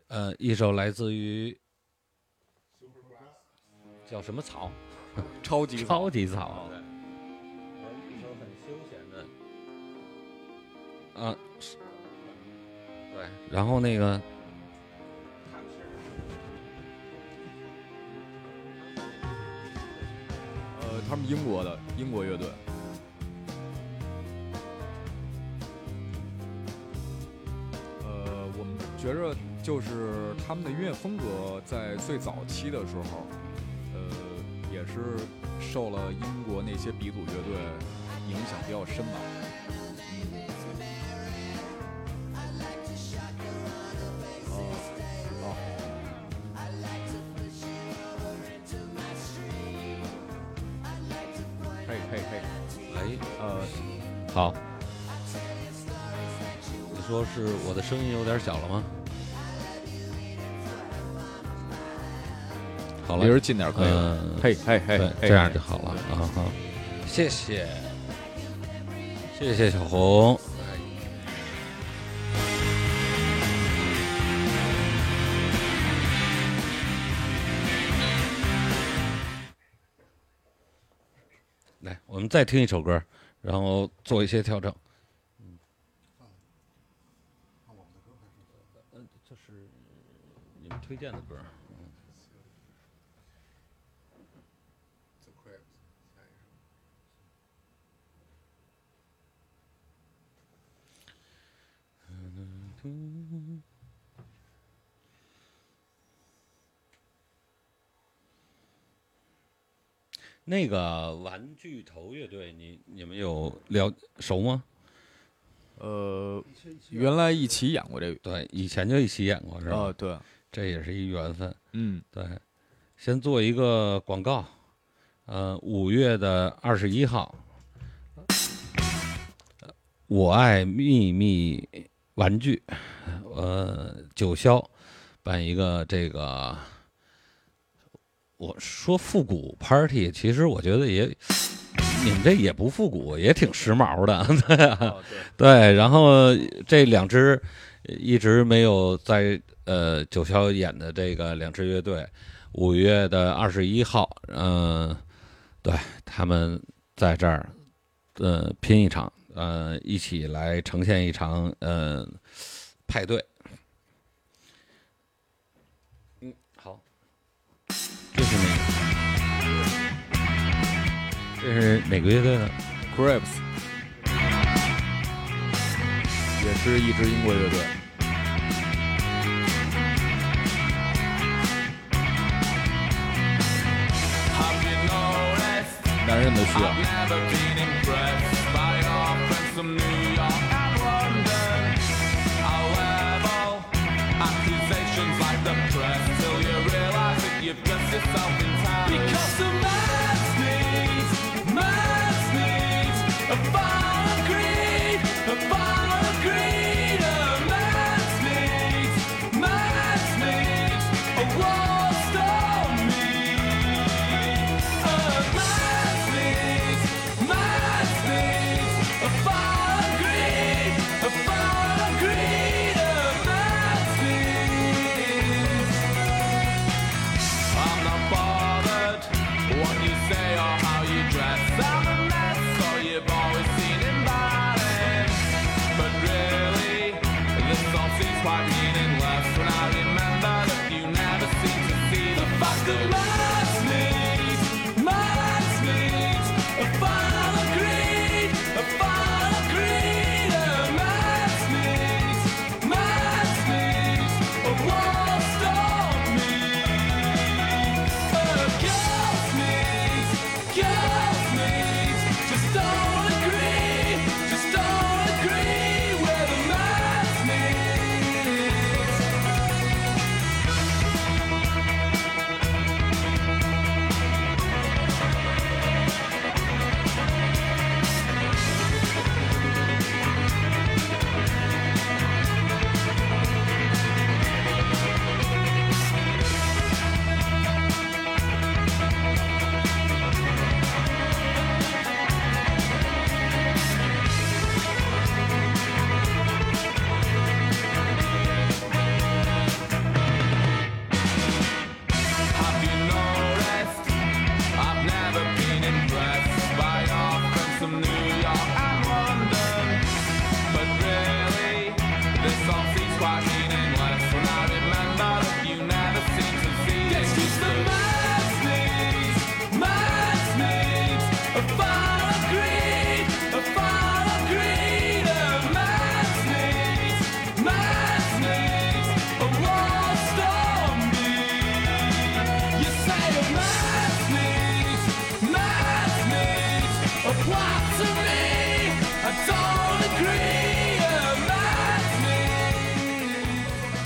一首来自于叫什么草？ 超级草。对，一首很休闲的，对，然后那个。 他们英国乐队。我们觉着就是他们的音乐风格在最早期的时候，也是受了英国那些鼻祖乐队影响比较深吧。 好，你说是我的声音有点小了吗？好了， 离着近点可以了。嘿， 这样就好了啊！好，谢谢小红。来，我们再听一首歌。然后做一些调整。这是你们推荐的歌。那个玩具头乐队，你们有熟吗？ 原来一起演过这个， 对，以前就一起演过，是吧？ 对， 这也是一缘分。 对。 先做一个广告，5月21号，我爱秘密玩具，九霄办一个这个。我说复古 party， 其实我觉得你们这也不复古，也挺时髦的，对啊，对。然后这2支一直没有在九霄演的这个2支乐队，5月21号，对，他们在这儿拼一场，一起来呈现一场派对。好。这是哪个乐队呢 ？Crabs， 也是一支英国乐队。男人的需要。 Because the man's needs a final greed, a final greed. A man's needs a war stormy. A man's needs a final greed, a final greed. A man's needs. I'm not bothered what you say or how you dress. I'm a mess, so you've always seen inviting. But really, this all seems quite meaningless when I remember that you never seem to see the fact that man's needs a final greed, a final greed. A man's needs a war stormy. A girl's needs Why to me, I don't agree, that's me.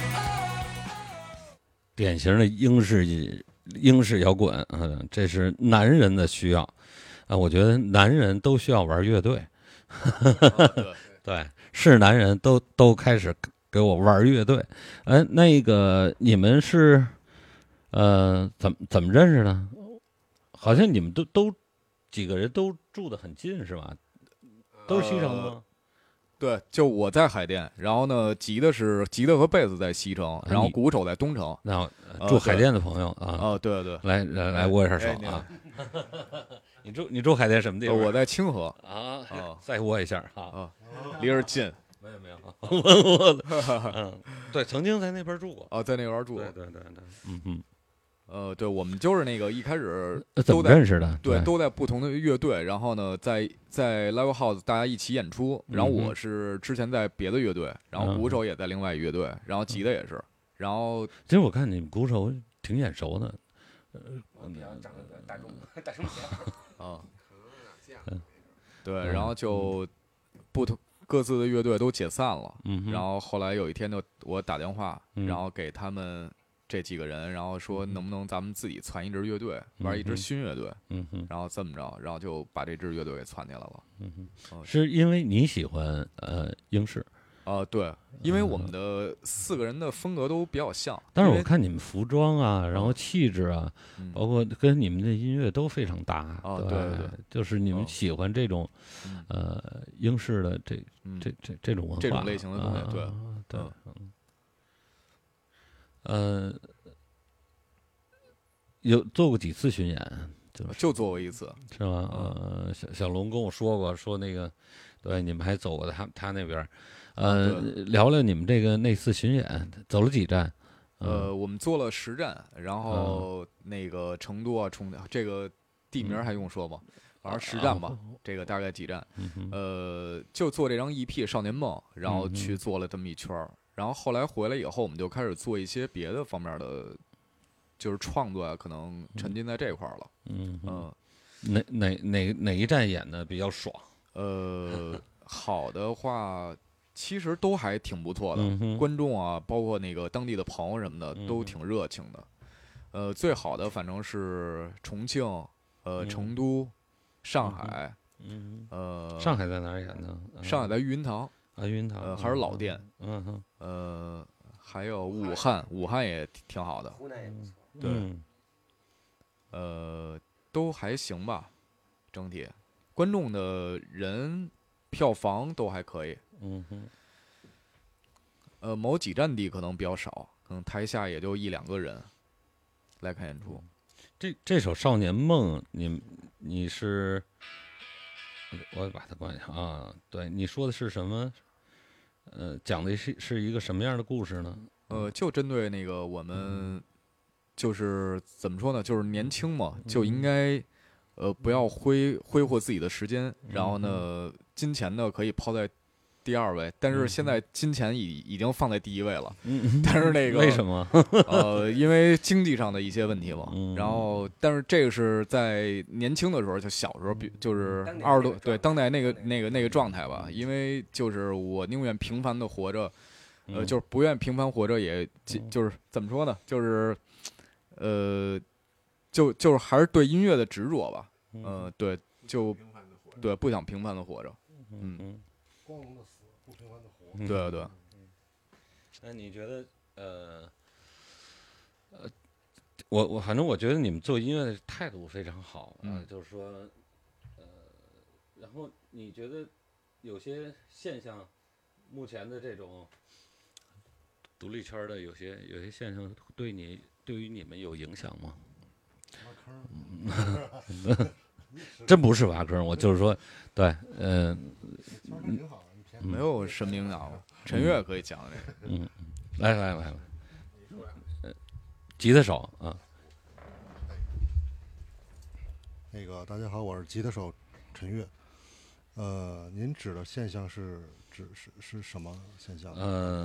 典型的英式摇滚，这是男人的需要啊，我觉得男人都需要玩乐队，对，是男人都开始给我玩乐队。哎，那个你们是怎么认识的？好像你们都几个人都住得很近是吧？都是西城的吗？ 对，就我在海淀，然后呢，吉的和贝斯在西城，然后鼓手在东城。 那住海淀的朋友啊， 对对， 来握一下手啊。你住海淀什么地方？ 我在清河啊，再握一下啊， 离着近。 没有，我对，曾经在那边住过。 在那边住。 对， 对，我们就是那个一开始怎么认识的？ 对，都在不同的乐队，然后呢，在 Live House 大家一起演出。然后我是之前在别的乐队，然后鼓手也在另外一乐队，然后吉的也是。然后其实我看你们鼓手挺眼熟的， 大声啊，对，然后就不同各自的乐队都解散了。然后后来有一天我打电话，然后给他们这几个人，然后说能不能咱们自己攒一支乐队，玩一支新乐队。然后这么着，然后就把这支乐队给攒起来了。 是因为你喜欢英式？ 对，因为我们的4个人的风格都比较像。 但是我看你们服装啊，然后气质啊，包括跟你们的音乐都非常搭。 对， 就是你们喜欢这种英式的这种文化， 这种类型的东西。对。 有做过几次巡演？ 就做过一次， 是吗？小龙跟我说那个，对，你们还走过他那边。聊聊你们那次巡演走了几站？ 我们做了10站，然后那个成都啊，这个地名还用说吗？反正10站吧，这个大概几站？就做这张 EP《少年梦》，然后去做了这么一圈儿。然后后来回来以后，我们就开始做一些别的方面的，就是创作啊，可能沉浸在这块儿了。 哪一站演的比较爽？ 好的话，其实都还挺不错的。观众啊，包括那个当地的朋友什么的，都挺热情的。最好的反正是重庆、成都、上海。 上海在哪儿演的？ 上海在玉云堂。 玉云堂还是老店。还有武汉也挺好的。 湖南也不错。 对。都还行吧，整体观众的人票房都还可以。某几站地可能比较少，可能台下也就1、2个人来看演出。 这首《少年梦》，你是，我把它关一下啊。对，你说的是什么？讲的是一个什么样的故事呢？ 就针对那个我们，就是怎么说呢？就是年轻嘛，就应该，不要挥霍自己的时间，然后呢，金钱呢可以抛在第2位，但是现在金钱已经放在第1位了。但是那个为什么？ 因为经济上的一些问题嘛。然后，但是这个是在年轻的时候，就小时候，就是20多，对，当代那个状态吧。因为就是我宁愿平凡的活着，就是不愿平凡活着，也就是怎么说呢？就是，就是还是对音乐的执着吧。对，就对，不想平凡的活着。 光荣的死，不平凡的活。 对。 那你觉得我反正我觉得你们做音乐的态度非常好。就是说然后你觉得有些现象，目前的这种独立圈的有些现象对于你们有影响吗？真不是挖坑，我就是说，对， 没有什么影响吧。陈悦可以讲这个。 来，吉他手啊。 那个大家好，我是吉他手陈悦。您指的现象是什么现象？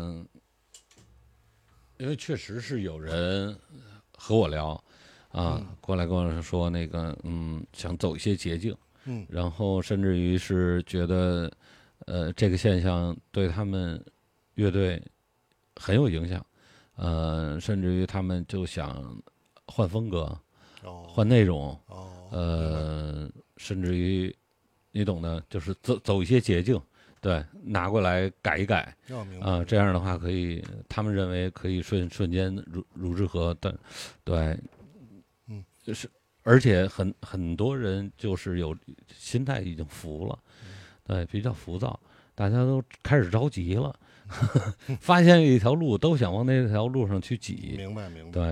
因为确实是有人和我聊。过来跟我说那个，想走一些捷径。 然后甚至于是觉得，这个现象对他们乐队很有影响，甚至于他们就想换风格，换内容，甚至于你懂的，就是走一些捷径，对，拿过来改一改，这样的话可以，他们认为可以瞬间如之和，对，就是。而且很多人就是有心态已经浮了，对，比较浮躁，大家都开始着急了，发现一条路都想往那条路上去挤。 明白。 对，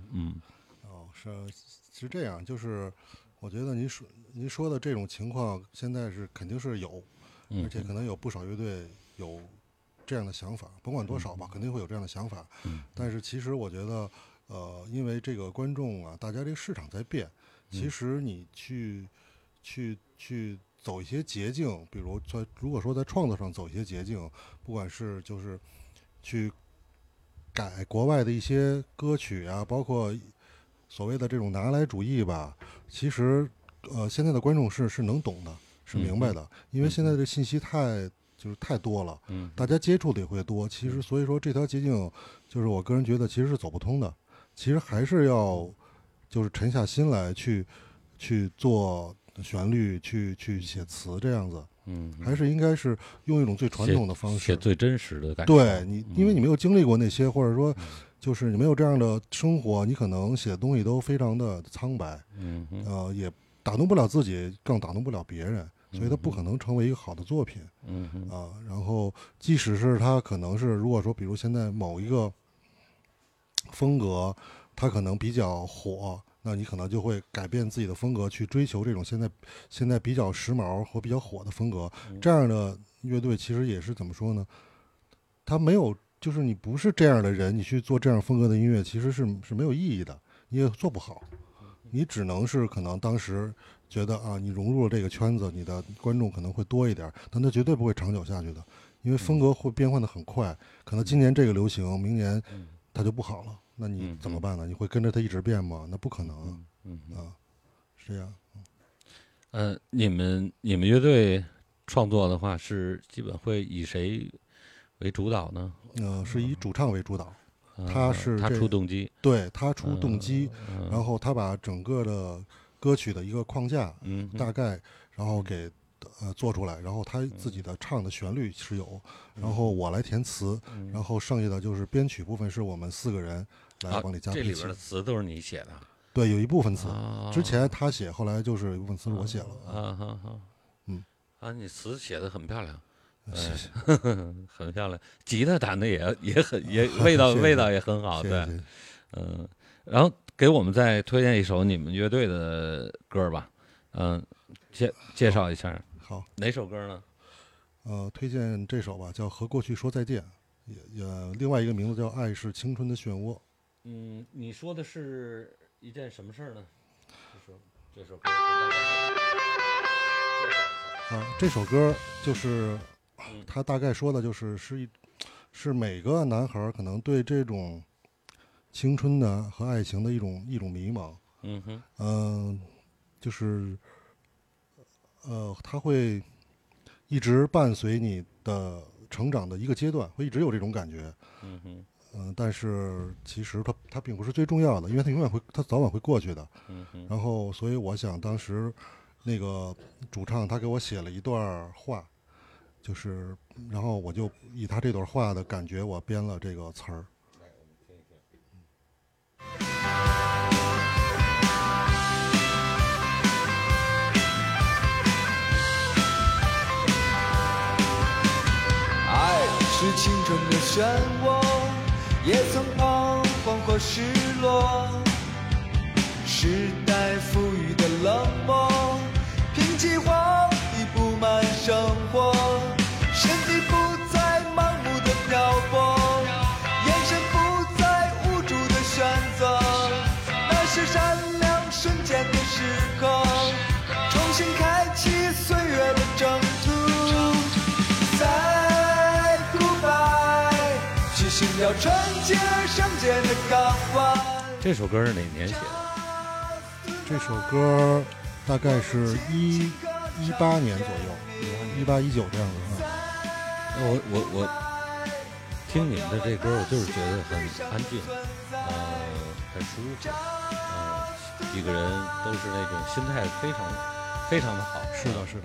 是这样，就是我觉得您说的这种情况现在是肯定是有，而且可能有不少乐队有这样的想法，甭管多少吧，肯定会有这样的想法。但是其实我觉得，因为这个观众啊，大家这个市场在变。其实你去走一些捷径，比如如果说在创作上走一些捷径，不管是就是去改国外的一些歌曲啊，包括所谓的这种拿来主义吧，其实现在的观众是能懂的，是明白的，因为现在的信息太多了，大家接触的也会多。其实所以说这条捷径，就是我个人觉得其实是走不通的，其实还是要。就是沉下心来去做旋律，去写词这样子，还是应该是用一种最传统的方式， 写最真实的感受。 对你，因为你没有经历过那些，或者说就是你没有这样的生活，你可能写的东西都非常的苍白，也打动不了自己，更打动不了别人，所以它不可能成为一个好的作品，然后即使是它可能是，如果说比如现在某一个风格。它可能比较火，那你可能就会改变自己的风格，去追求这种现在比较时髦或比较火的风格。这样的乐队其实也是怎么说呢？它没有，就是你不是这样的人，你去做这样风格的音乐，其实是没有意义的，你也做不好。你只能是可能当时觉得啊，你融入了这个圈子，你的观众可能会多一点，但它绝对不会长久下去的，因为风格会变换的很快，可能今年这个流行，明年它就不好了。那你怎么办呢？你会跟着它一直变吗？那不可能是这样。 你们乐队创作的话，是基本会以谁为主导呢？ 是以主唱为主导，他出动机， 对，他出动机，然后他把整个的歌曲的一个框架，大概，然后给做出来，然后他自己的唱的旋律是有，然后我来填词，然后剩下的就是编曲部分是我们4个人来帮你加。 这里边的词都是你写的？ 对，有一部分词，之前他写，后来就是有一部分词我写了。 你词写的很漂亮， 谢谢， 很漂亮，吉他弹的也味道也很好，对，然后给我们再推荐一首你们乐队的歌吧，介绍一下。 好， 哪首歌呢？ 推荐这首吧，叫《和过去说再见》，另外一个名字叫《爱是青春的漩涡》。 你说的是一件什么事儿呢？这首歌。 这首歌就是他大概说的就是是每个男孩可能对这种青春的和爱情的一种迷茫。就是他会一直伴随你的成长的一个阶段，会一直有这种感觉。但是其实它并不是最重要的，因为它早晚会过去的。然后所以我想当时那个主唱他给我写了一段话，就是然后我就以他这段话的感觉我编了这个词儿。 爱是青春的漩涡，也曾彷徨或失落，时代赋予的冷漠，拼计划已布满生活，身体不再盲目的漂泊，眼神不再无助的选择，那是闪亮瞬间的时刻，重新开启岁月的征途。Say goodbye， 去寻找纯洁圣洁的港湾。 这首歌是哪年写的？ 这首歌大概是 18年左右，18、19这样的啊。 我听你们的这歌，我就是觉得很安静，很舒服，几个人都是那种心态非常非常的好。 是的，是的。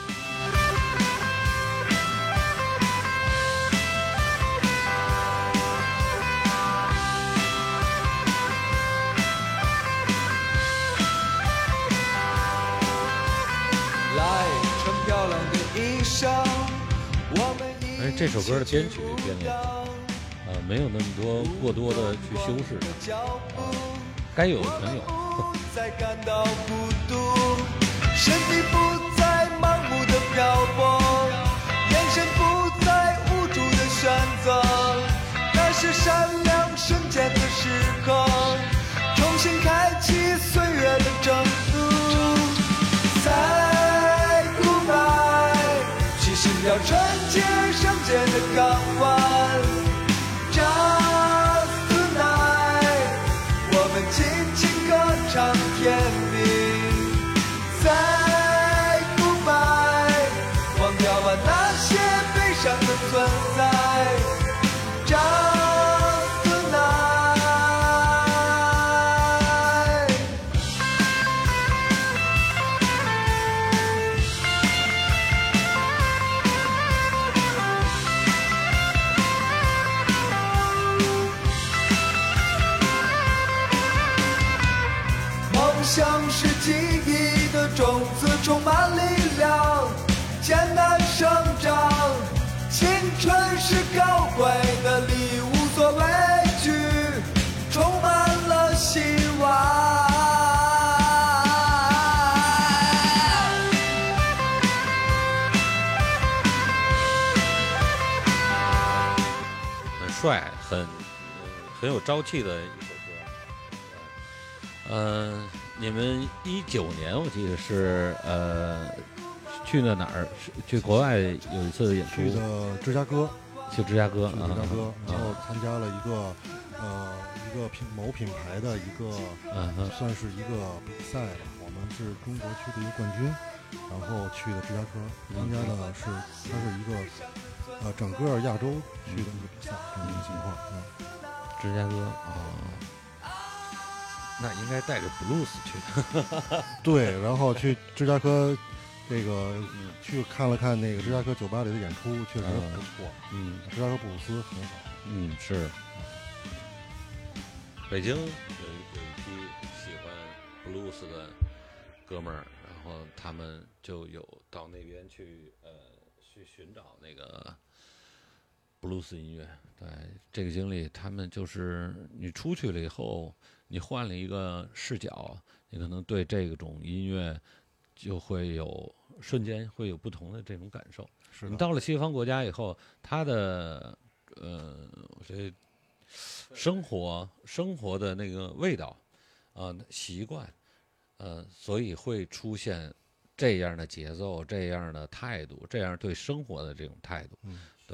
而且这首歌的编曲编得没有那么多过多的去修饰，该有的全有。 感到孤独，身体不再盲目的漂泊，眼神不再无助的选择，那是闪亮瞬间的时刻，重新开启岁月的征服。Say goodbye， 去寻找纯洁圣洁的港湾。Just tonight， 我们轻轻歌唱天明。Say goodbye， 忘掉吧那些悲伤的存在。Just tonight。梦想是记忆的种子，充满力量，艰难生长。青春是高贵的礼物，无所畏惧，充满了希望。 很帅，很有朝气的一首歌。你们19年我记得是去了哪儿？去国外有一次演出， 去的芝加哥， 去芝加哥啊， 芝加哥，然后参加了一个某品牌的一个算是一个比赛吧。我们是中国区的一个冠军，然后去的芝加哥，参加的是它是一个整个亚洲区的一个比赛这么一个情况。 芝加哥那应该带着布鲁斯去。 对，然后去芝加哥。这个去看了看那个芝加哥酒吧里的演出，确实不错。芝加哥布鲁斯很好。 是。北京有一批喜欢布鲁斯的哥们儿，然后他们就有到那边去寻找那个布鲁斯音乐。对这个经历，他们就是你出去了以后，你换了一个视角，你可能对这种音乐就会有瞬间会有不同的这种感受。 是你到了西方国家以后，他的我觉得生活的那个味道习惯所以会出现这样的节奏，这样的态度，这样对生活的这种态度。对，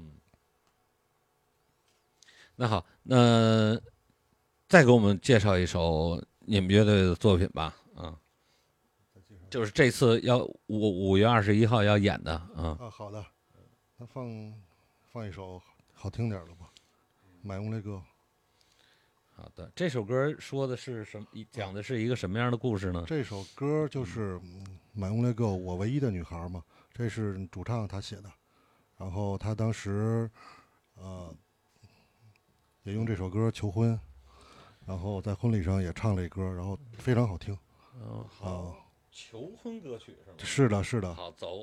那好，那再给我们介绍一首你们乐队的作品吧。就是这次要5月21号要演的好的，那放一首好听点的吧，《买翁雷歌》。 好的，这首歌说的是什么？讲的是一个什么样的故事呢？ 这首歌就是《买翁雷歌》，我唯一的女孩嘛，这是主唱他写的，然后他当时也用这首歌求婚，然后在婚礼上也唱这歌，然后非常好听。 好。求婚歌曲是吗？ 是的，是的。 好，走。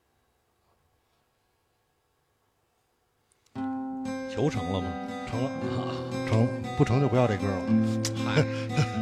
求成了吗？ 成了，成，不成就不要这歌了。 嗨。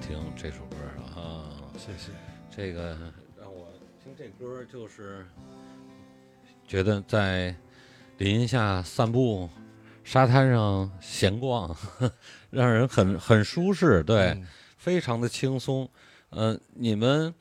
听这首歌啊， 谢谢。 这个让我听这歌就是觉得在林下散步，沙滩上闲逛，让人很舒适，对，非常的轻松。你们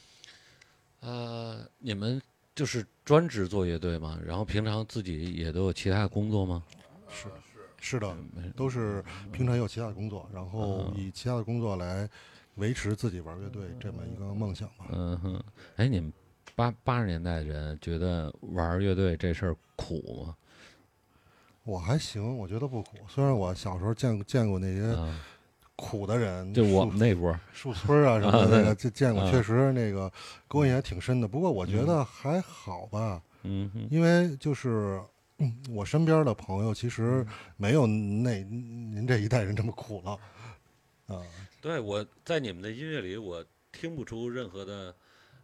就是专职做乐队吗？然后平常自己也都有其他的工作吗？ 是的，都是平常也有其他的工作，然后以其他的工作来维持自己玩乐队这么一个梦想吧。 嗯哼，哎，你们80年代的人觉得玩乐队这事儿苦吗？ 我还行，我觉得不苦。虽然我小时候见过那些苦的人， 就我们那波树村啊什么的，那个就见过， 啊确实那个勾引还挺深的。不过我觉得还好吧，因为就是我身边的朋友其实没有您这一代人这么苦了啊。 对，我在你们的音乐里，我听不出任何的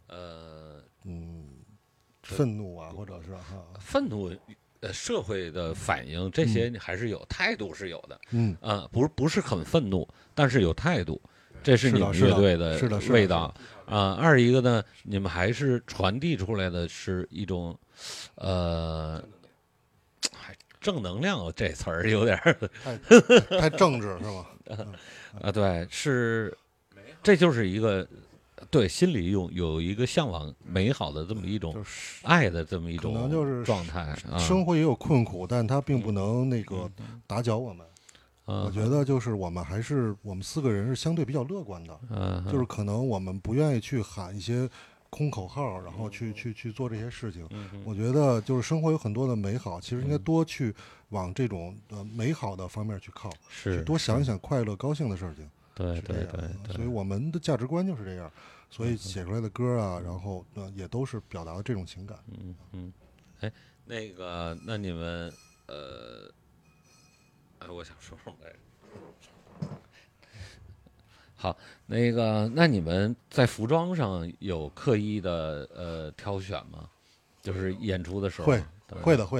愤怒啊，或者是愤怒。社会的反应这些还是有，态度是有的，不是很愤怒，但是有态度，这是你们乐队的味道啊。二一个呢，你们还是传递出来的是一种，正能量这词儿有点太政治是吗？ 对，是，这就是一个。对，心里有一个向往美好的这么一种爱的这么一种状态。 生活也有困苦，但它并不能那个打搅我们。我觉得就是我们4个人是相对比较乐观的，就是可能我们不愿意去喊一些空口号，然后去做这些事情。我觉得就是生活有很多的美好，其实应该多去往这种美好的方面去靠，去多想一想快乐高兴的事情。 对， 所以我们的价值观就是这样，所以写出来的歌啊，然后也都是表达了这种情感。 哎，那你们我想说什么来着？好，那你们在服装上有刻意的挑选吗？就是演出的时候。 会的。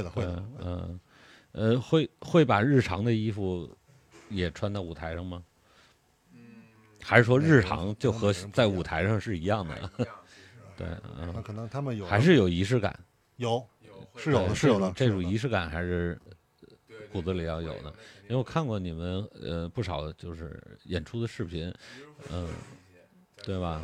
会把日常的衣服也穿到舞台上吗？还是说日常就和在舞台上是一样的？对， 那可能他们还是有仪式感， 是有的， 这种仪式感还是骨子里要有的。因为我看过你们不少就是演出的视频，对吧？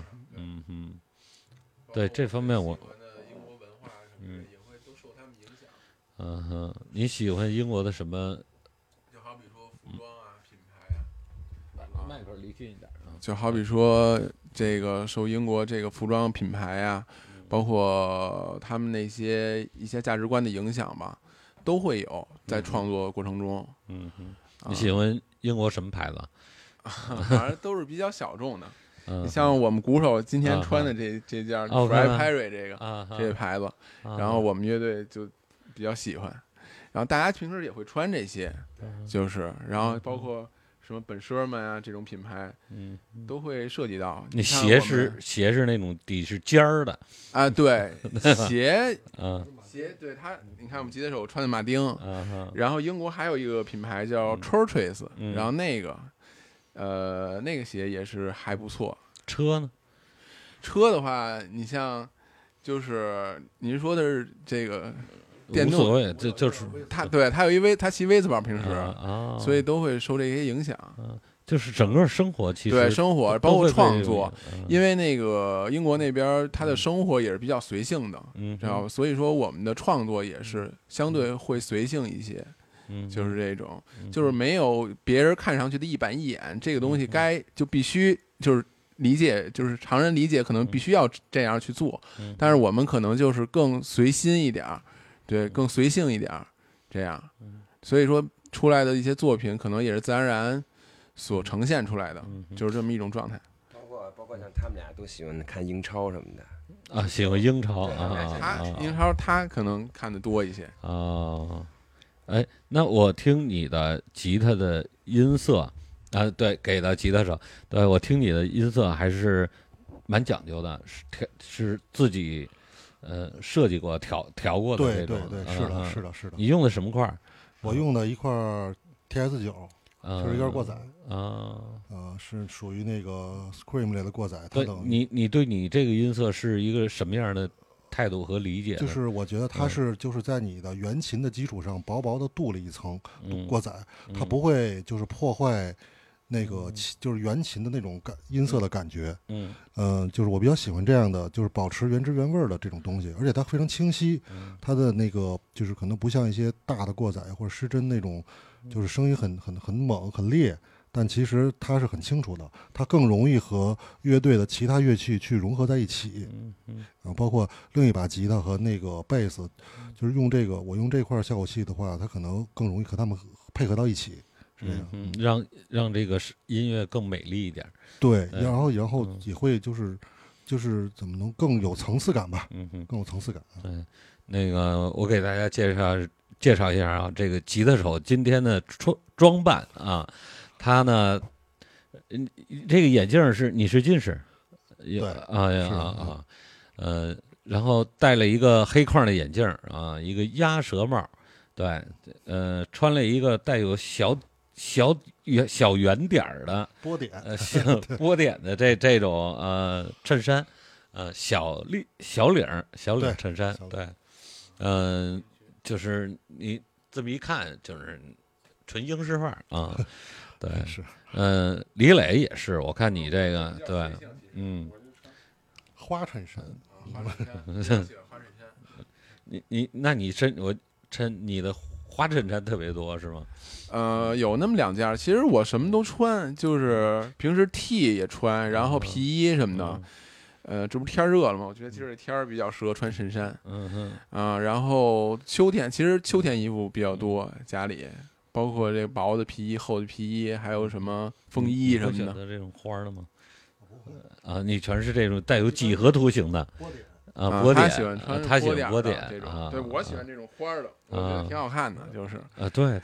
对这方面我也会都受他们影响。 你喜欢英国的什么？ 就好比说服装啊，品牌啊。 麦克离近一点。 就好比说这个受英国这个服装品牌啊，包括他们一些价值观的影响吧，都会有在创作过程中。 你喜欢英国什么牌子？ 反正都是比较小众的。你像我们鼓手今天穿的这件 Fred Perry 这个牌子，然后我们乐队就比较喜欢，然后大家平时也会穿这些，就是然后包括什么本奢们啊这种品牌，都会涉及到。 你鞋是那种底是尖儿的啊，对，鞋，对它，你看我们吉他手穿的马丁，然后英国还有一个品牌叫 Churches，然后那个鞋也是还不错。 车呢？ 车的话，你像就是您说的是这个。电动无所谓，就是他骑 V 字宝平时，所以都会受这些影响。 就是整个生活其实对生活包括创作，因为那个英国那边他的生活也是比较随性的，知道吧？所以说我们的创作也是相对会随性一些，就是这种，就是没有别人看上去的一板一眼，这个东西就必须就是理解，就是常人理解可能必须要这样去做，但是我们可能就是更随心一点。对，更随性一点，这样，所以说出来的一些作品可能也是自然而然所呈现出来的，就是这么一种状态。 包括像他们俩都喜欢看英超什么的啊，喜欢英超英超他可能看的多一些啊。哎，那我听你的吉他的音色啊，对，给的吉他手，对我听你的音色还是蛮讲究的，是自己。设计过、调过的这种， 对，是的。 你用的什么块？ 我用的一块TS9 是一根过载啊。 是属于那个 Scream 类的过载。它对你对你这个音色是一个什么样的态度和理解？ 就是我觉得它是就是在你的原琴的基础上薄薄的镀了一层过载，它不会就是破坏那个就是原琴的那种音色的感觉。就是我比较喜欢这样的，就是保持原汁原味的这种东西，而且它非常清晰。它的那个就是可能不像一些大的过载或者失真那种，就是声音很猛很烈。但其实它是很清楚的，它更容易和乐队的其他乐器去融合在一起。包括另一把吉他和那个贝斯，就是用这个我用这块效果器的话，它可能更容易和他们配合到一起。是这样， 让这个音乐更美丽一点。 对，然后也会就是怎么能更有层次感吧？更有层次感。 对，那个我给大家介绍一下啊，这个吉他手今天的装扮啊。他呢，这个眼镜你是近视， 对然后戴了一个黑框的眼镜啊，一个鸭舌帽，对，穿了一个带有小圆点的波点， 波点的这种衬衫，小领衬衫，对，就是你这么一看就是纯英式范儿啊。对， 是， 李磊也是，我看你这个，对， 花衬衫， 你的花衬衫特别多是吗？ 有那么2件，其实我什么都穿，就是平时 T 也穿，然后皮衣什么的。这不天热了吗？我觉得今儿这天比较适合穿衬衫。然后其实秋天衣服比较多，家里。包括这个薄的皮衣、厚的皮衣，还有什么风衣什么的。 选择这种花的吗？你全是这种带有几何图形的波点。 他喜欢穿他喜欢波点这种。对，我喜欢这种花的，我觉得挺好看的，就是对。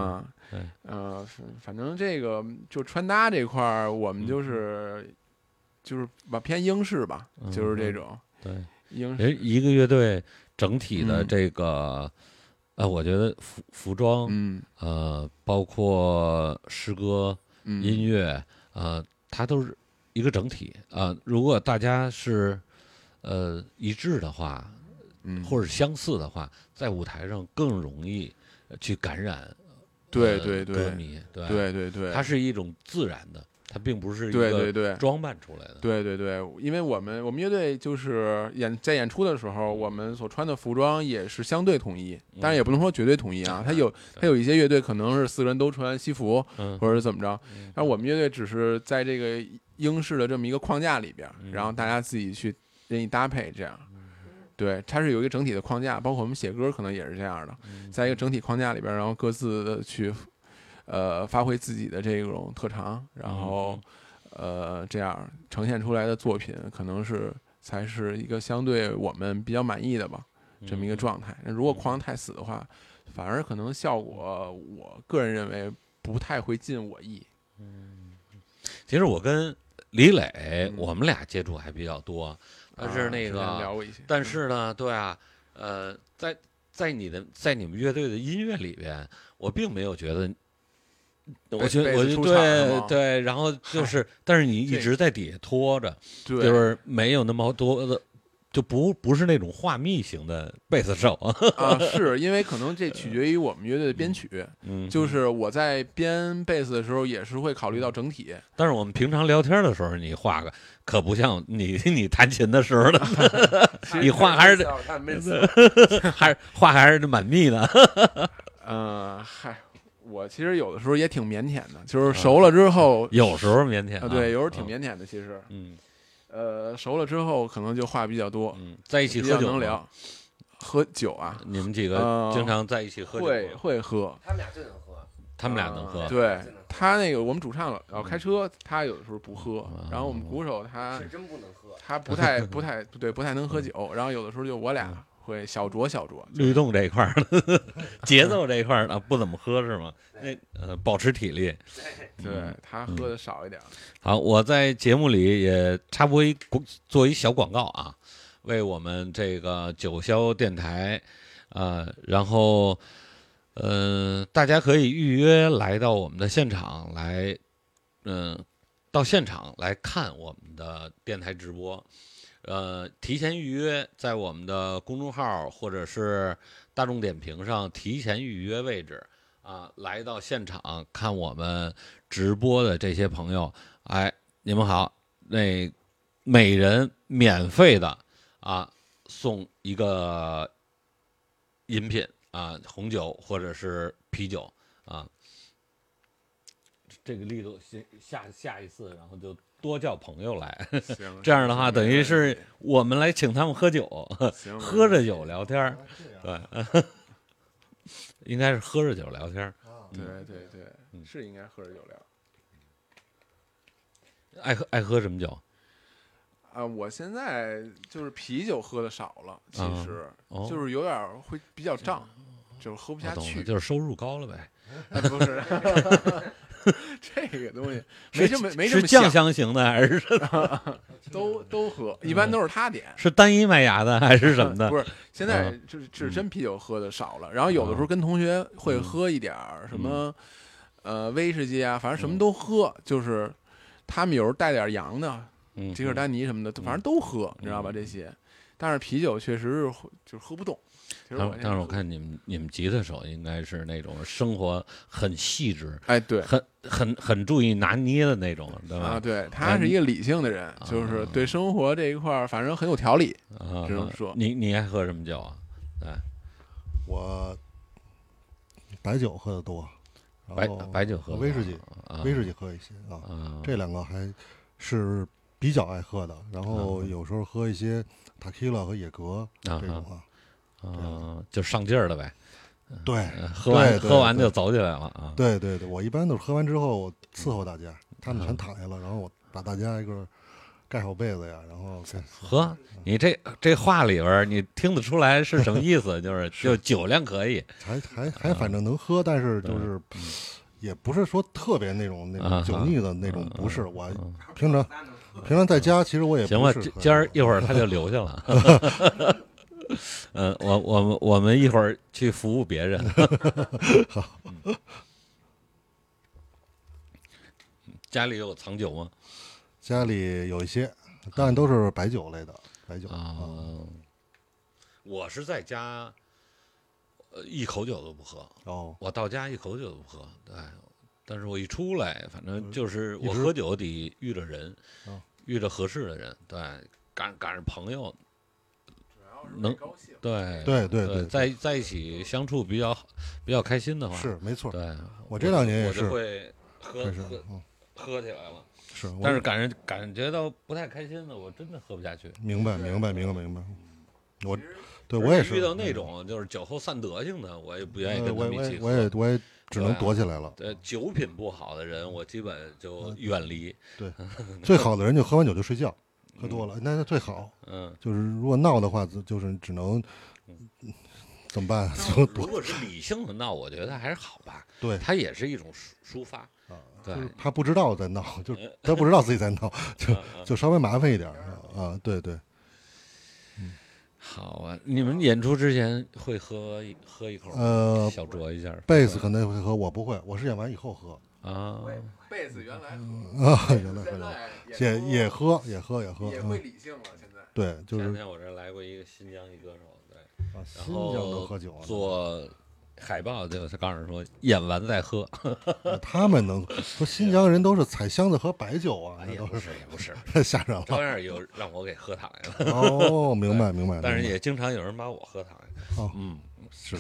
反正这个就穿搭这块儿，我们就是偏英式吧，就是这种。 对， 英式一个乐队整体的这个。我觉得服装，包括诗歌、音乐，它都是一个整体啊。如果大家是一致的话，或者相似的话，在舞台上更容易去感染歌迷。 对， 它是一种自然的。它并不是一个装扮出来的。 对，因为我们乐队就是在演出的时候，我们所穿的服装也是相对统一，当然也不能说绝对统一啊。它有一些乐队可能是4个人都穿西服，或者是怎么着。但我们乐队只是在这个英式的这么一个框架里边，然后大家自己去任意搭配这样。对，它是有一个整体的框架，包括我们写歌可能也是这样的，在一个整体框架里边，然后各自的去。发挥自己的这种特长，然后这样呈现出来的作品，可能才是一个相对我们比较满意的吧，这么一个状态。如果框太死的话，反而可能效果，我个人认为不太会尽我意。 其实我跟李磊，我们俩接触还比较多，但是那个聊过一些， 但是呢，对啊，在你们乐队的音乐里边，我并没有觉得。我就对，然后就是，但是你一直在底下拖着，就是没有那么多的，就不是那种画密型的贝斯手是因为可能这取决于我们乐队的编曲，就是我在编贝斯的时候也是会考虑到整体。 但是我们平常聊天的时候，你画个可不像你弹琴的时候的，你画还是还是蛮密的。 我其实有的时候也挺腼腆的，就是熟了之后， 有时候腼腆对，有时候挺腼腆的。其实，熟了之后可能就话比较多， 在一起喝酒能聊，喝酒啊。 你们几个经常在一起喝酒？ 会喝。 他们俩最能喝。 他们俩能喝。 对，他那个我们主唱老开车，他有的时候不喝，然后我们鼓手他真不能喝， 他不太能喝酒，然后有的时候就我俩。会小酌， 律动这一块的节奏这一块的不怎么喝是吗？那保持体力。 对，他喝的少一点。 好，我在节目里也插播做一小广告啊，为我们这个九霄电台，然后大家可以预约来到我们的现场来，到现场来看我们的电台直播。提前预约，在我们的公众号或者是大众点评上提前预约位置啊，来到现场看我们直播的这些朋友，哎，你们好，那每人免费的啊送一个饮品啊，红酒或者是啤酒啊。这个力度下一次，然后就多叫朋友来，这样的话等于是我们来请他们喝酒，喝着酒聊天，对，应该是喝着酒聊天。 对对对，是应该喝着酒聊。 爱喝什么酒？ 我现在就是啤酒喝的少了，其实就是有点会比较胀，就是喝不下去， 就是收入高了呗。 不是。这个东西没这么是酱香型的还是都喝，一般都是他点。 是单一麦芽的还是什么的？ 不是，现在就是真啤酒喝的少了，然后有的时候跟同学会喝一点什么威士忌啊，反正什么都喝，就是他们有时候带点洋的，吉尔丹尼什么的，反正都喝，你知道吧？这些，但是啤酒确实是就是喝不动。 但是我看你们吉他手应该是那种生活很细致， 哎，对， 很注意拿捏的那种，对吧？ 对，他是一个理性的人，就是对生活这一块反正很有条理，只能说。 你爱喝什么酒啊？哎， 我白酒喝的多， 白酒喝， 威士忌喝一些啊，这两个还是比较爱喝的。然后有时候喝一些塔 q 拉和野格这种啊。 就上劲儿了呗， 对， 喝完就走起来了啊。 对对对，我一般都是喝完之后我伺候大家，他们全躺下了，然后我把大家一个盖好被子呀，然后喝。你这话里边你听得出来是什么意思？就酒量可以， 还反正能喝，但是就是也不是说特别那种酒腻的那种，不是。我平常在家其实我也行吧，今儿一会儿他就留下了。我们一会儿去服务别人。 好， 家里有藏酒吗？ 家里有一些，但都是白酒类的白酒啊。 我是在家，一口酒都不喝。 哦， 我到家一口酒都不喝。对，但是我一出来，反正就是我喝酒得遇着人，遇着合适的人，对，赶上朋友。能对，在一起相处比较开心的话， 是没错。 对， 我这2年也是会喝起来了， 是， 但是感觉到不太开心的，我真的喝不下去。 明白。我也是遇到那种就是酒后散德性的，我也不愿意跟他们一起喝。 我也只能躲起来了。 对，酒品不好的人，我基本就远离。 对，最好的人就喝完酒就睡觉。喝多了，那最好。就是如果闹的话，就是只能怎么办？ 如果是理性的闹，我觉得还是好吧。 对， 它也是一种抒发啊。 对， 他不知道在闹，就他不知道自己在闹，就稍微麻烦一点啊。对对。 好啊，你们演出之前会喝一口？小酌一下。 贝斯可能会喝，我不会，我是演完以后喝。 啊，贝斯原来原来也喝， 也会理性了。现在对，就是前天我这来过一个新疆一歌手，对， 新疆能喝酒， 做海报就他告诉说演完再喝。 他们能说新疆人都是采香子喝白酒啊？ 也不是， 吓人了。 照样有让我给喝躺下了。 哦，明白。 但是也经常有人把我喝躺下。 哦，是。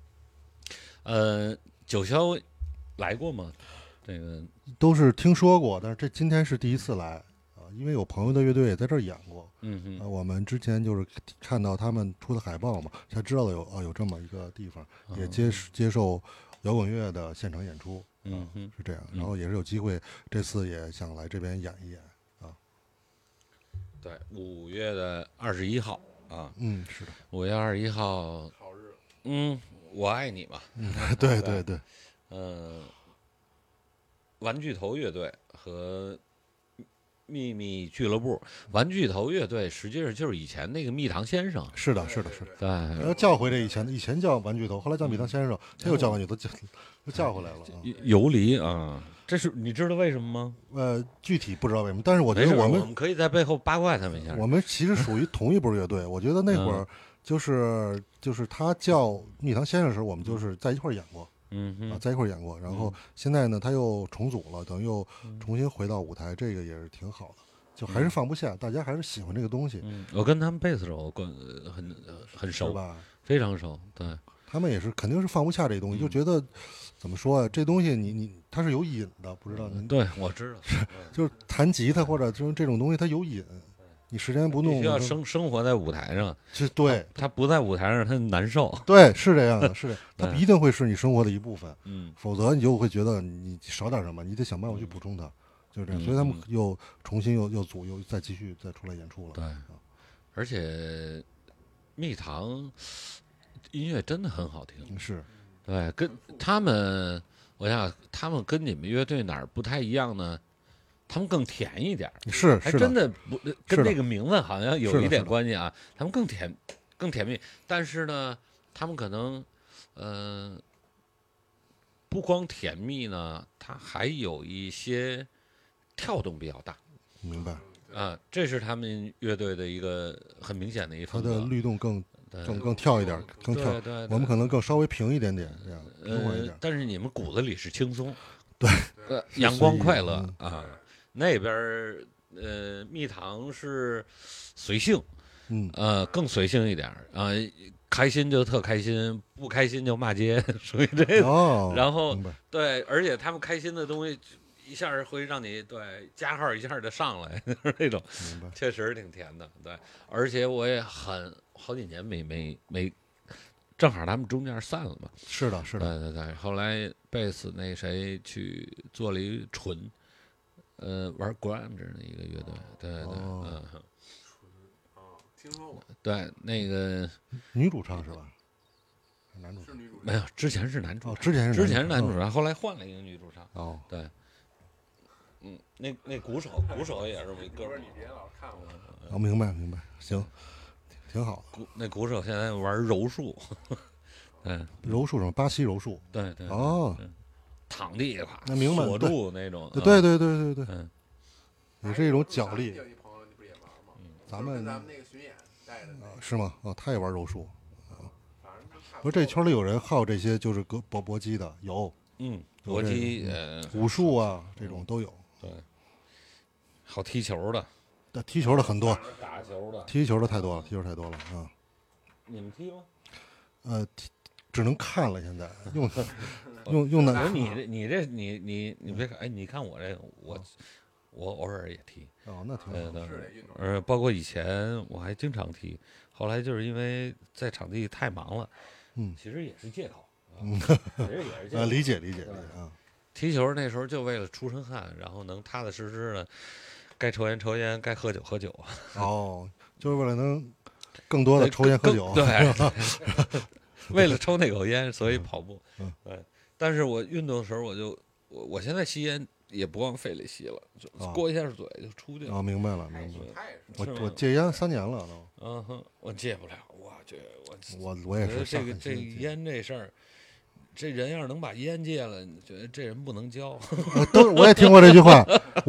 九霄来过吗？这个都是听说过，但是今天是第一次来啊，因为有朋友的乐队也在这儿演过。我们之前就是看到他们出的海报嘛，才知道有这么一个地方，也接受摇滚乐的现场演出。是这样，然后也是有机会，这次也想来这边演一演啊。 对，5月21号啊。 是的 ，5月21号， 好日。 我爱你嘛。 对。 玩具头乐队和秘密俱乐部，玩具头乐队实际上就是以前那个蜜糖先生。 是的，是的， 对， 要叫回这以前叫玩具头，后来叫蜜糖先生，他又叫玩具头，又叫回来了。 游离啊，这是你知道为什么吗？具体不知道为什么，但是我觉得我们可以在背后八卦他们一下。 我们其实属于同一波乐队，我觉得那会儿就是他叫蜜糖先生的时候，我们就是在一块儿演过。在一块儿演过，然后现在呢，他又重组了，等于又重新回到舞台，这个也是挺好的，就还是放不下，大家还是喜欢这个东西。 我跟他们贝斯手很熟吧， 非常熟。对， 他们也是肯定是放不下这东西，就觉得怎么说啊，这东西它是有瘾的，不知道您？ 对，我知道， 就是弹吉他或者这种东西，它有瘾。你时间不弄， 需要生活在舞台上， 是对他不在舞台上，他难受。 对，是这样的，是的，他一定会是你生活的一部分。否则你就会觉得你少点什么，你得想办法去补充它，就是这样。所以他们又重新又组又再继续再出来演出了。 对，而且蜜糖音乐真的很好听， 是对，跟他们，我想他们跟你们乐队哪儿不太一样呢？他们更甜一点，还真的不跟这个名字好像有一点关系啊。他们更甜蜜，但是呢，他们可能不光甜蜜呢，它还有一些跳动比较大。 明白啊，这是他们乐队的一个很明显的一风格， 它的律动更跳一点，更跳。 对， 我们可能更稍微平一点点，这样平缓一点。 但是你们骨子里是轻松， 对， 阳光快乐啊。那边蜜糖是随性，更随性一点啊，开心就特开心，不开心就骂街，属于这个。然后对，而且他们开心的东西一下会让你对加号一下就上来，那种确实挺甜的。对，而且我也好几年没，正好他们中间散了嘛。 是的， 对，后来贝斯那谁去做了一纯。玩 grunge 的一个乐队，对， 听说过。 对，那个女主唱是吧？男主是女主唱？ 没有，之前是男主唱， 之前是男主唱，后来换了一个女主唱。 哦， 对，那鼓手也是一哥们儿。 你别老看我。 哦，明白，行，挺好的。 那鼓手现在玩柔术， 柔术什么？巴西柔术。 对。 哦。 躺地下， 那明白锁住那种， 对，也是一种脚力。咱们那个巡演带的是吗？他也玩柔术。不是这圈里有人好这些，就是搏击的有， 搏击武术啊，这种都有。 对，好踢球的， 踢球的很多， 打球的， 踢球的太多了啊。 你们踢吗？ 只能看了，现在用的。 你别看，哎，你看我这个，我偶尔也踢。 那挺好。包括以前我还经常踢，后来就是因为在场地太忙了，其实也是借口。其实也是借口。 理解啊。 踢球那时候就为了出身汗，然后能踏踏实实的，该抽烟抽烟，该喝酒喝酒。 就是为了能更多的抽烟喝酒。 对。为了抽那口烟，所以跑步。对，但是我运动的时候，我现在吸烟也不往肺里吸了，就过一下嘴就出去了。 明白了。我戒烟3年了都。我戒不了， 我也是。 这烟这事儿，这人要是能把烟戒了，你觉得这人不能交。 我也听过这句话，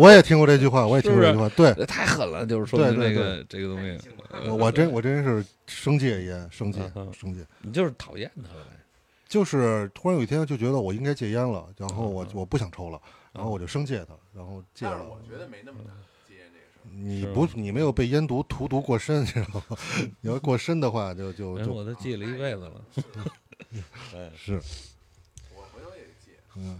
对， 太狠了，就是说明这个东西。 我真是生戒烟，生戒。 你就是讨厌他了呗。 就是突然有一天就觉得我应该戒烟了，然后我不想抽了，然后我就生戒它，然后戒了。 我觉得没那么难戒烟这个事儿。你没有被烟毒荼毒过深，知道吗？你要过深的话，就我都戒了一辈子了。 是。 我回头也戒。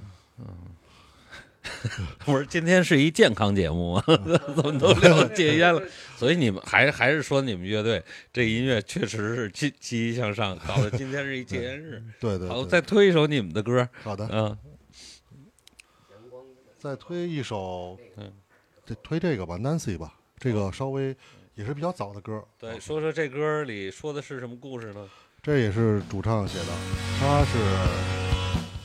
不是，今天是一健康节目吗？怎么都聊戒烟了？所以你们还是说你们乐队这音乐确实是积极向上，搞得今天是一戒烟日。 对。 好，再推一首你们的歌。 好的。再推一首，推这个吧 ，Nancy 吧，这个稍微也是比较早的歌。 对，说这歌里说的是什么故事呢？ 这也是主唱写的，他是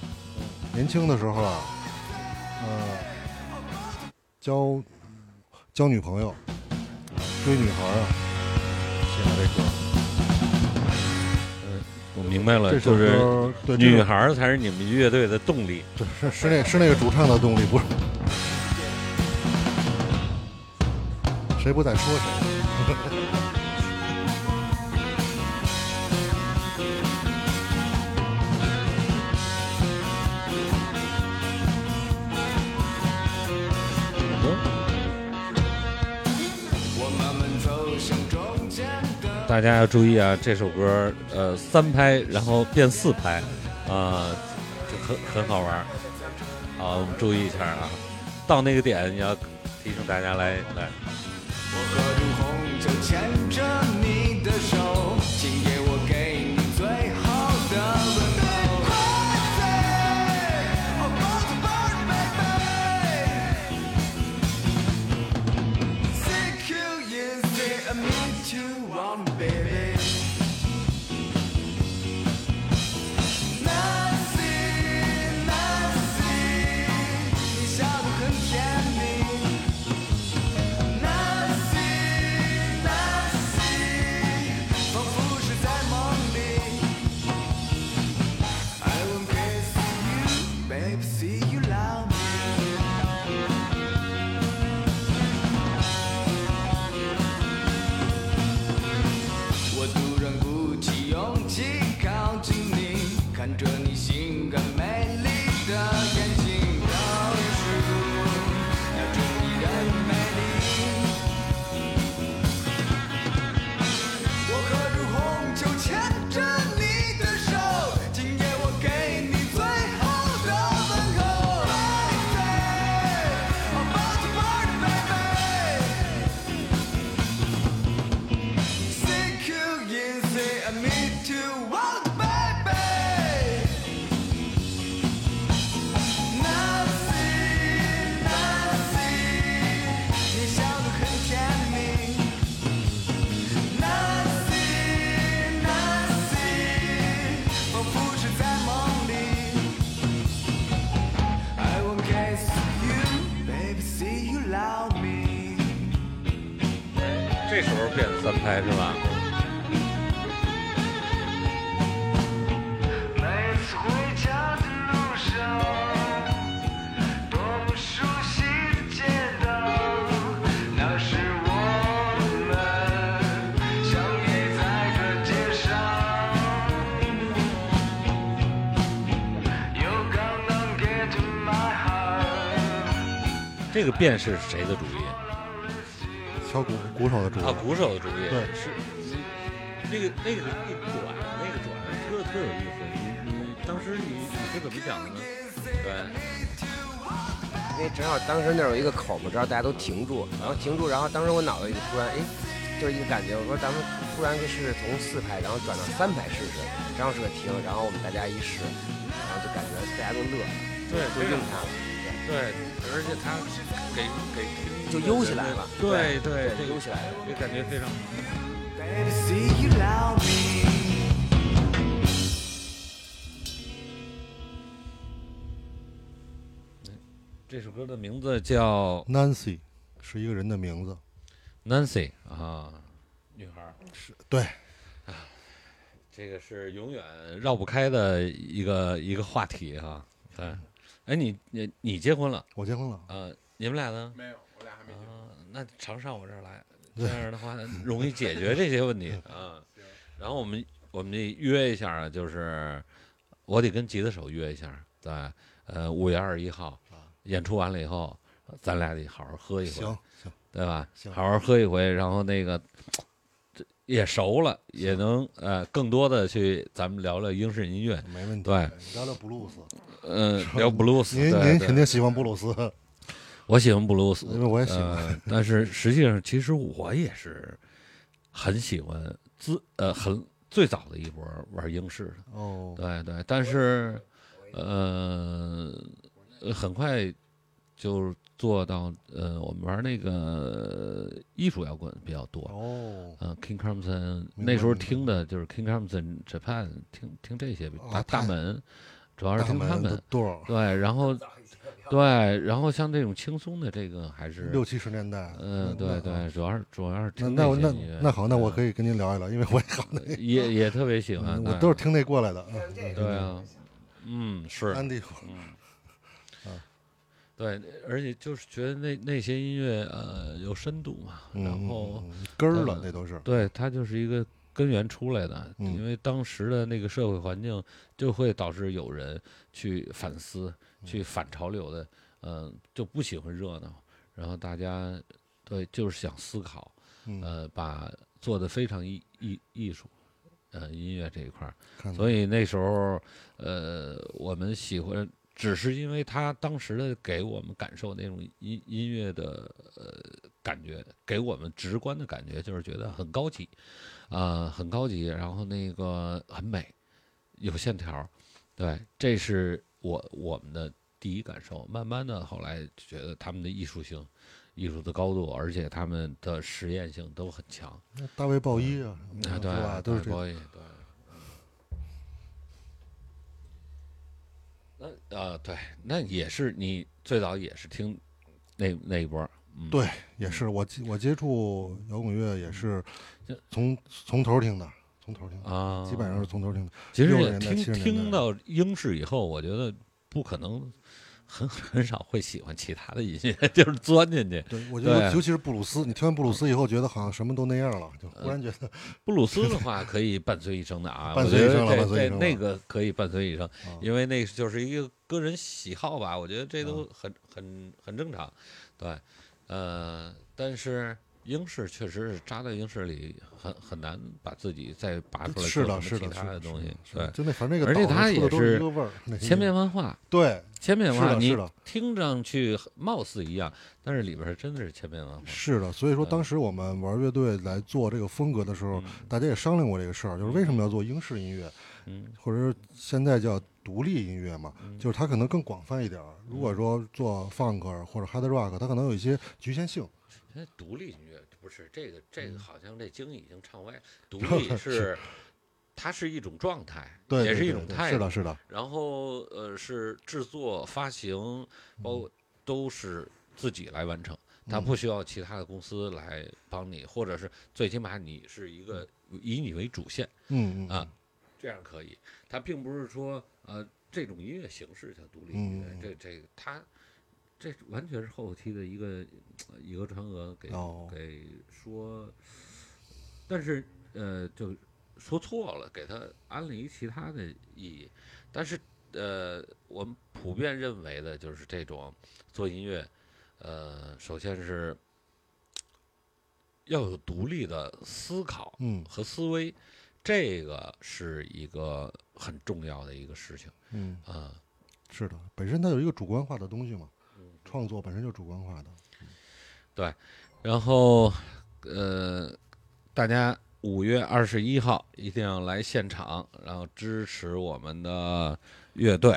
年轻的时候啊。 交女朋友、追女孩啊， 写的这歌。我明白了， 这首就是歌对女孩儿才是你们乐队的动力。 是那个主唱的动力，不是谁不在说谁。 大家要注意啊，这首歌3拍，然后变4拍，就很好玩。好，我们注意一下啊，到那个点你要提醒大家来。 我喝入红酒，牵着你的手，今夜我给你最好的问候。看着你性感美丽的眼睛，倒数那种迷人美丽。我喝入红酒，牵着你的手，今夜我给你最好的问候。About to party, baby. Say you yes, say I need to want baby. 这时候变3拍是吧？ 每次回家的路上，多么熟悉的街道，那是我们相遇在这街上。You gonna get my heart。 这个变是谁的主意？ 敲鼓手的主意啊，鼓手的主意。 对， 是那个一转，那个转特有意思。你当时你是怎么想的呢？对， 因为正好当时那儿有一个口嘛，正好大家都停住，然后当时我脑子里突然就是一个感觉，我说咱们突然是从4拍，然后转到3拍试试，正好是个停，然后我们大家一试，然后就感觉大家都乐了， 对， 就用它了， 对，而且他给听就悠起来了， 对， 就悠起来了， 这感觉非常好。 Baby, see you love me。 这首歌的名字叫 Nancy， 是一个人的名字。 Nancy 啊，女孩是对啊，这个是永远绕不开的一个话题哈。哎，你结婚了？ 我结婚了。 你们俩呢？ 没有，我俩还没结婚。 那常上我这儿来，这样的话容易解决这些问题啊。然后我们约一下啊，就是我得跟吉他手约一下，在5月21号演出完了以后，咱俩得好好喝一回， 行， 对吧？ 行， 好好喝一回，然后那个这也熟了，也能更多的去咱们聊聊英式音乐， 没问题。 对， 聊聊布鲁斯。 聊布鲁斯。 您肯定喜欢布鲁斯。 我喜欢布鲁斯， 因为我也喜欢。 但是实际上，其实我也是很喜欢很最早的一波玩英式的。 哦， 对，但是很快就做到我们玩那个艺术摇滚比较多。 哦 ，King Crimson 那时候听的就是 King Crimson Japan， 听这些大门，主要是听他们。对，然后对，然后像这种轻松的这个还是 60、70年代。 对对，主要是听那些音乐那好，那我可以跟您聊一聊，因为我也好那也特别喜欢， 我都是听那过来的。 对啊，是安迪， 对，而且就是觉得那些音乐有深度嘛，然后根儿了，那都是。 对，它就是一个根源出来的，因为当时的那个社会环境就会导致有人去反思、去反潮流的，就不喜欢热闹，然后大家对就是想思考，把做的非常艺术，音乐这一块儿，所以那时候我们喜欢。只是因为他当时的给我们感受那种音乐的感觉，给我们直观的感觉就是觉得很高级，很高级，然后那个很美，有线条，对，这是我们的第一感受。慢慢的后来觉得他们的艺术性、艺术的高度，而且他们的实验性都很强。 大卫鲍伊啊， 对吧？ 都是鲍伊，对。对，那也是你最早也是听那一波， 对，也是我接触摇滚乐也是从头听的，啊，基本上是从头听的。 其实听到英式以后，我觉得不可能很少会喜欢其他的音乐，就是钻进去。 对，我觉得尤其是布鲁斯，你听完布鲁斯以后，觉得好像什么都那样了，就忽然觉得布鲁斯的话可以伴随一生的啊， 伴随一生了， 那个可以伴随一生，因为那就是一个个人喜好吧，我觉得这都很正常，对，但是英式确实是扎在英式里很难把自己再拔出来做什么其他的东西，对， 就那反正那个， 而且它也是千变万化， 对， 千变万化， 你听上去貌似一样，但是里边真的是千变万化。 是的，所以说当时我们玩乐队来做这个风格的时候，大家也商量过这个事儿，就是为什么要做英式音乐，或者说现在叫独立音乐嘛，就是它可能更广泛一点。如果说做 funk 或者 hard rock， 它可能有一些局限性。 独立音乐不是这个，好像这经已经唱歪。独立是，它是一种状态， 对， 也是一种态度。 是的。 然后是制作、发行，包括都是自己来完成，它不需要其他的公司来帮你，或者是最起码你是一个以你为主线，这样可以。它并不是说这种音乐形式叫独立音乐，它。这完全是后期的一个传讹给说，但是就说错了，给他安了一其他的意义。但是我们普遍认为的就是这种做音乐，首先是要有独立的思考和思维，这个是一个很重要的一个事情。 是的，本身它有一个主观化的东西嘛。创作本身就主观化的， 对，然后大家5月21号一定要来现场，然后支持我们的乐队。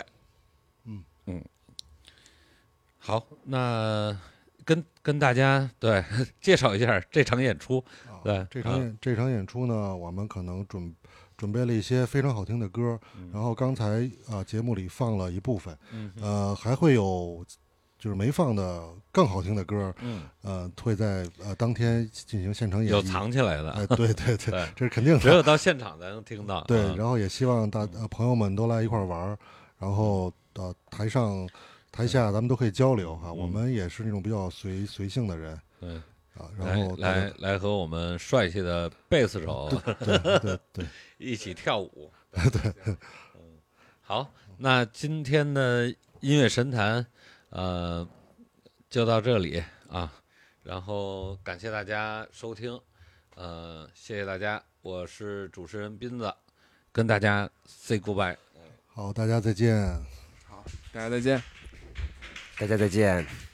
好，那跟大家对介绍一下这场演出。对， 这场演出呢，我们可能准备了一些非常好听的歌，然后刚才节目里放了一部分，还会有。就是没放的更好听的歌，会在当天进行现场演绎， 有藏起来的， 对，这是肯定的， 只有到现场才能听到。 对，然后也希望朋友们都来一块玩，然后台上台下咱们都可以交流哈。我们也是那种比较随性的人， 对然后来和我们帅气的贝斯手对一起跳舞。 对， 好，那今天的音乐神坛。就到这里啊，然后感谢大家收听，谢谢大家，我是主持人斌子，跟大家 say goodbye。 好，大家再见。 好，大家再见。 大家再见。